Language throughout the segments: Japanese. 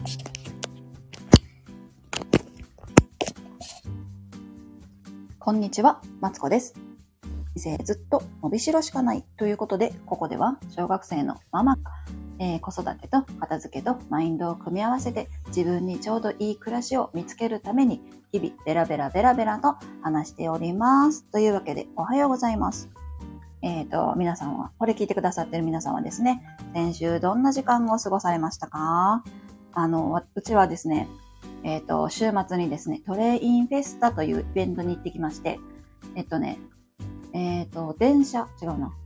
こんにちは、マツコです。人生ずっと伸びしろしかないということで、ここでは小学生のママが、子育てと片付けとマインドを組み合わせて自分にちょうどいい暮らしを見つけるために日々ベラベラと話しております。というわけでおはようございます。皆さんは、これ聞いてくださっている皆さんはですね、先週どんな時間を過ごされましたか？うちはですね、週末にですね、トレインフェスタというイベントに行ってきまして、電車、違うな。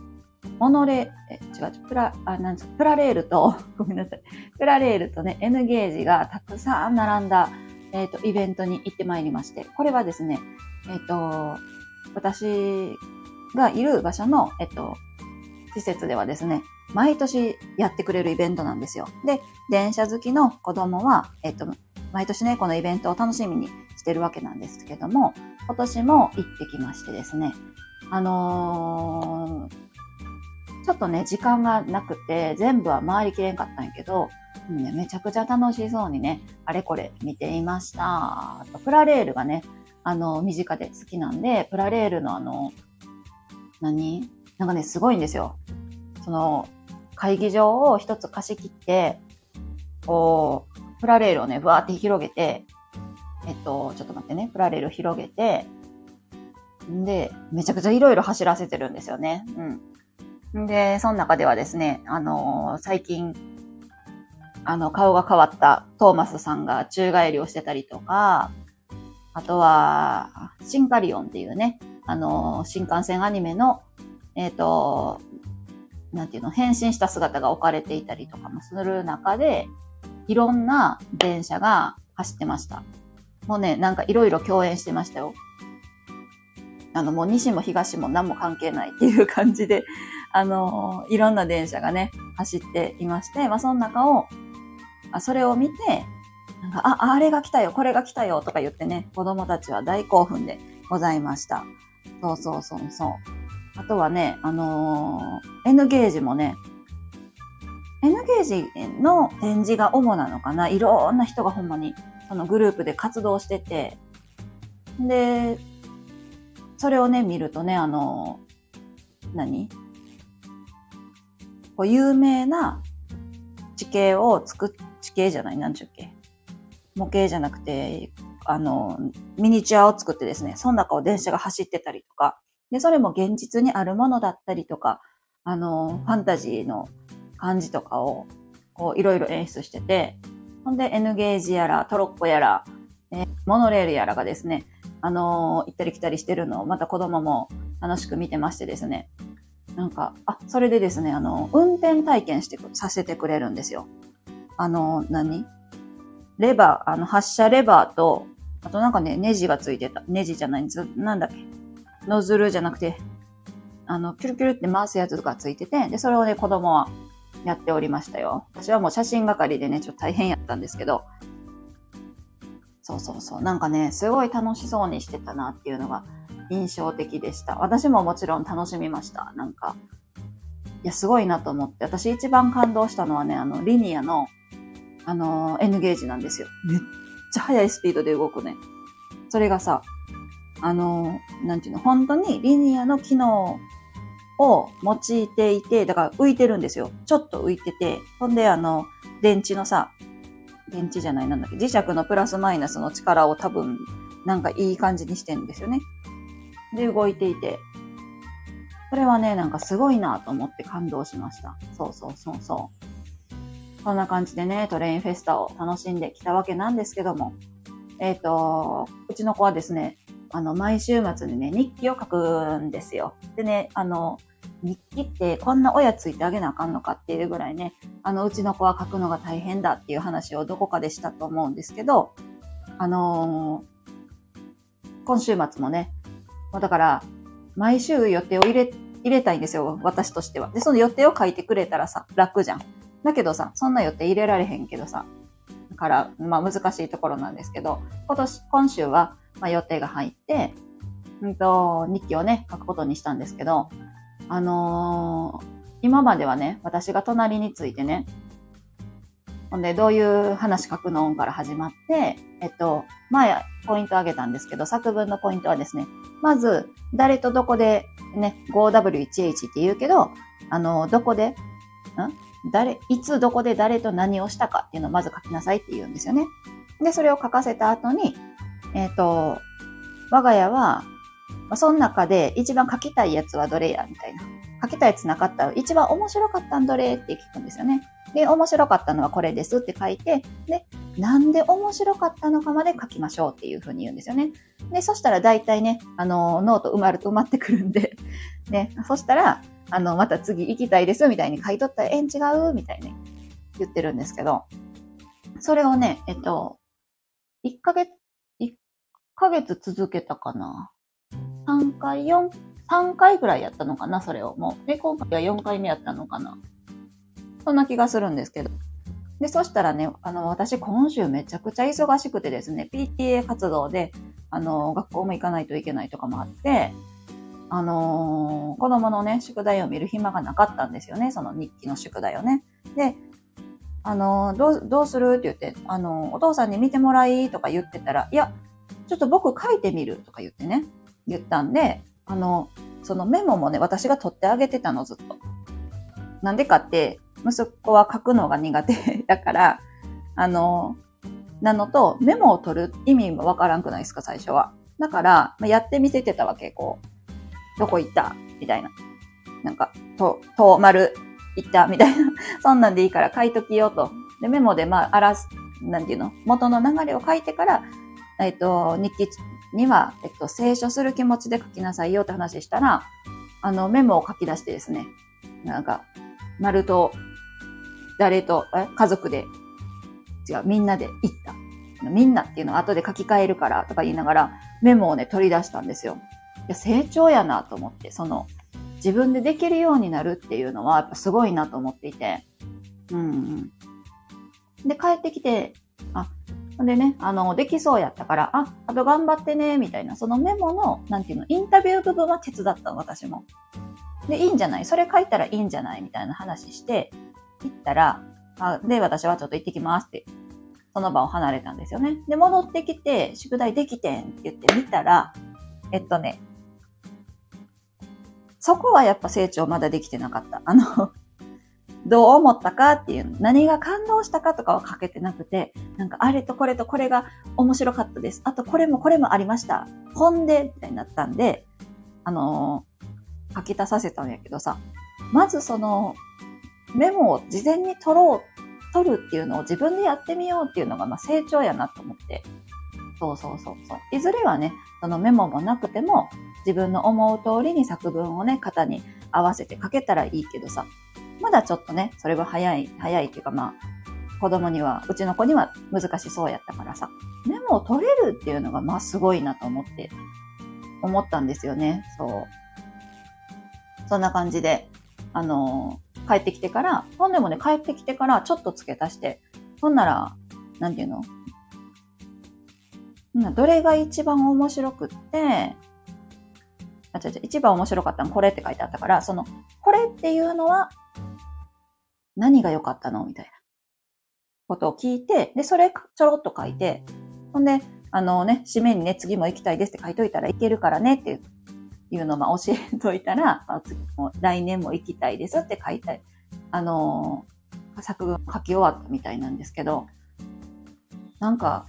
プラレールと、ごめんなさい。プラレールとね、N ゲージがたくさん並んだ、イベントに行ってまいりまして、これはですね、私がいる場所の、施設ではですね、毎年やってくれるイベントなんですよ。で、電車好きの子供は、毎年ね、このイベントを楽しみにしてるわけなんですけども、今年も行ってきましてですね、ちょっとね、時間がなくて、全部は回りきれんかったんやけど、めちゃくちゃ楽しそうにね、あれこれ見ていました。プラレールがね、身近で好きなんで、プラレールのなんかね、すごいんですよ。その、会議場を一つ貸し切って、こう、プラレールをね、ぶわーって広げて、ちょっと待ってね、プラレールを広げて、で、めちゃくちゃいろいろ走らせてるんですよね。で、その中ではですね、最近、顔が変わったトーマスさんが宙返りをしてたりとか、あとは、シンカリオンっていうね、新幹線アニメの、なんていうの、変身した姿が置かれていたりとかもする中で、いろんな電車が走ってました。もうね、なんかいろいろ共演してましたよ。もう西も東も何も関係ないっていう感じで、いろんな電車がね、走っていまして、その中を、それを見て、なんか、あれが来たよ、これが来たよとか言ってね、子供たちは大興奮でございました。そう。あとはね、N ゲージもね、N ゲージの展示が主なのかな。いろんな人がほんまにそのグループで活動してて、で、それをね、見るとね、有名な地形じゃない、なんちゅうっけ。模型じゃなくて、ミニチュアを作ってですね、その中を電車が走ってたりとか、で、それも現実にあるものだったりとか、ファンタジーの感じとかを、こう、いろいろ演出してて、ほんで、N ゲージやら、トロッコやら、モノレールやらがですね、行ったり来たりしてるのを、また子供も楽しく見てましてですね、なんか、それでですね、運転体験させてくれるんですよ。レバー、発射レバーと、あとなんかね、ネジがついてた。ネジじゃないんです。なんだっけ。ノズルじゃなくて、キュルキュルって回すやつがついてて、で、それをね、子供はやっておりましたよ。私はもう写真係でね、ちょっと大変やったんですけど、そう。なんかね、すごい楽しそうにしてたなっていうのが印象的でした。私ももちろん楽しみました。なんか、いや、すごいなと思って。私一番感動したのはね、リニアの、N ゲージなんですよ。めっちゃ速いスピードで動くね。それがさ、なんていうの、本当にリニアの機能を用いていて、だから浮いてるんですよ。ちょっと浮いてて、ほんで電池じゃない、なんだっけ、磁石のプラスマイナスの力を多分、なんかいい感じにしてるんですよね。で、動いていて。これはね、なんかすごいなと思って感動しました。そう。こんな感じでね、トレインフェスタを楽しんできたわけなんですけども、うちの子はですね、毎週末にね、日記を書くんですよ。でね、日記ってこんな親ついてあげなあかんのかっていうぐらいね、うちの子は書くのが大変だっていう話をどこかでしたと思うんですけど、今週末もね、だから、毎週予定を入れたいんですよ、私としては。で、その予定を書いてくれたらさ、楽じゃん。だけどさ、そんな予定入れられへんけどさ、だから、難しいところなんですけど、今週は、予定が入って、日記をね、書くことにしたんですけど、今まではね、私が隣についてね、 ほんで、どういう話書くのから始まって、前、ポイント挙げたんですけど、作文のポイントはですね、まず、誰とどこで、ね、5W1H って言うけど、どこで、いつどこで誰と何をしたかっていうのをまず書きなさいって言うんですよね。で、それを書かせた後に、我が家は、その中で一番書きたいやつはどれやみたいな。書きたいやつなかったら、一番面白かったんどれって聞くんですよね。で、面白かったのはこれですって書いて、で、なんで面白かったのかまで書きましょうっていうふうに言うんですよね。で、そしたら大体ね、ノート埋まってくるんで、ね、そしたら、また次行きたいですみたいに書いとったら違うみたいに言ってるんですけど、それをね、1ヶ月続けたかな。3回ぐらいやったのかな、それをもう。で、今回は4回目やったのかな。そんな気がするんですけど。で、そしたらね、私今週めちゃくちゃ忙しくてですね、PTA 活動で、学校も行かないといけないとかもあって、子供のね、宿題を見る暇がなかったんですよね、その日記の宿題をね。で、どうするって言って、お父さんに見てもらいとか言ってたら、いや、ちょっと僕書いてみるとか言ってね、言ったんで、そのメモもね、私が取ってあげてたの、ずっと。なんでかって、息子は書くのが苦手だから、なのと、メモを取る意味もわからんくないですか、最初は。だから、やってみせてたわけ、こう、どこ行ったみたいな。なんか、丸行ったみたいな。そんなんでいいから書いときよと。で、メモで、なんていうの元の流れを書いてから、日記には、清書する気持ちで書きなさいよって話したら、メモを書き出してですね、なんか、丸と、誰と、家族で、みんなで行った。みんなっていうのを後で書き換えるからとか言いながら、メモをね、取り出したんですよ。いや、成長やなと思って、自分でできるようになるっていうのは、やっぱすごいなと思っていて。で、帰ってきて、でね、できそうやったから、あと頑張ってね、みたいな、そのメモの、なんていうの、インタビュー部分は手伝ったの、私も。で、いいんじゃないそれ書いたらいいんじゃないみたいな話して、行ったら、で、私はちょっと行ってきますって、その場を離れたんですよね。で、戻ってきて、宿題できてんって言ってみたら、そこはやっぱ成長まだできてなかった。どう思ったかっていう、何が感動したかとかは書けてなくて、なんかあれとこれとこれが面白かったです。あとこれもこれもありました。ほんで、みたいになったんで、書き足させたんやけどさ、まずメモを事前に取るっていうのを自分でやってみようっていうのが、成長やなと思って。そう。いずれはね、そのメモもなくても、自分の思う通りに作文をね、型に合わせて書けたらいいけどさ、まだちょっとね、それは早いっていうか子供には、うちの子には難しそうやったからさ、メモを取れるっていうのがすごいなと思ったんですよね。そう。そんな感じで、帰ってきてから、ほんでもね、帰ってきてからちょっと付け足して、ほんなら、なんていうの？どれが一番面白くって、一番面白かったのこれって書いてあったから、これっていうのは、何が良かったのみたいなことを聞いて、で、それちょろっと書いて、ほんで、締めにね、次も行きたいですって書いといたらいけるからねっていうのを教えといたら、次も来年も行きたいですって書いて、作文書き終わったみたいなんですけど、なんか、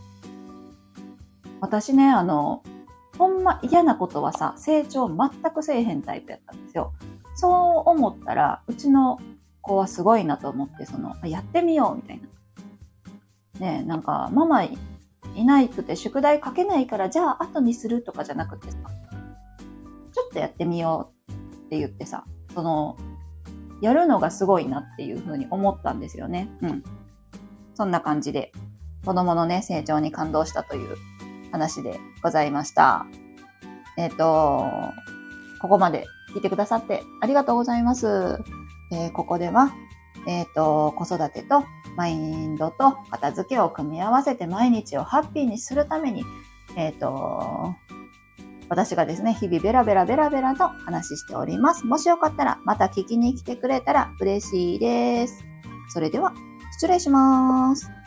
私ね、ほんま嫌なことはさ、成長全くせえへんタイプやったんですよ。そう思ったら、うちの子はすごいなと思って、やってみようみたいな。ねえ、なんか、ママいないくて宿題書けないから、じゃあ後にするとかじゃなくてさ、ちょっとやってみようって言ってさ、やるのがすごいなっていうふうに思ったんですよね。そんな感じで、子供のね、成長に感動したという話でございました。ここまで聞いてくださってありがとうございます。ここでは、子育てとマインドと片付けを組み合わせて毎日をハッピーにするために、私がですね、日々ベラベラと話しております。もしよかったらまた聞きに来てくれたら嬉しいです。それでは。 失礼します。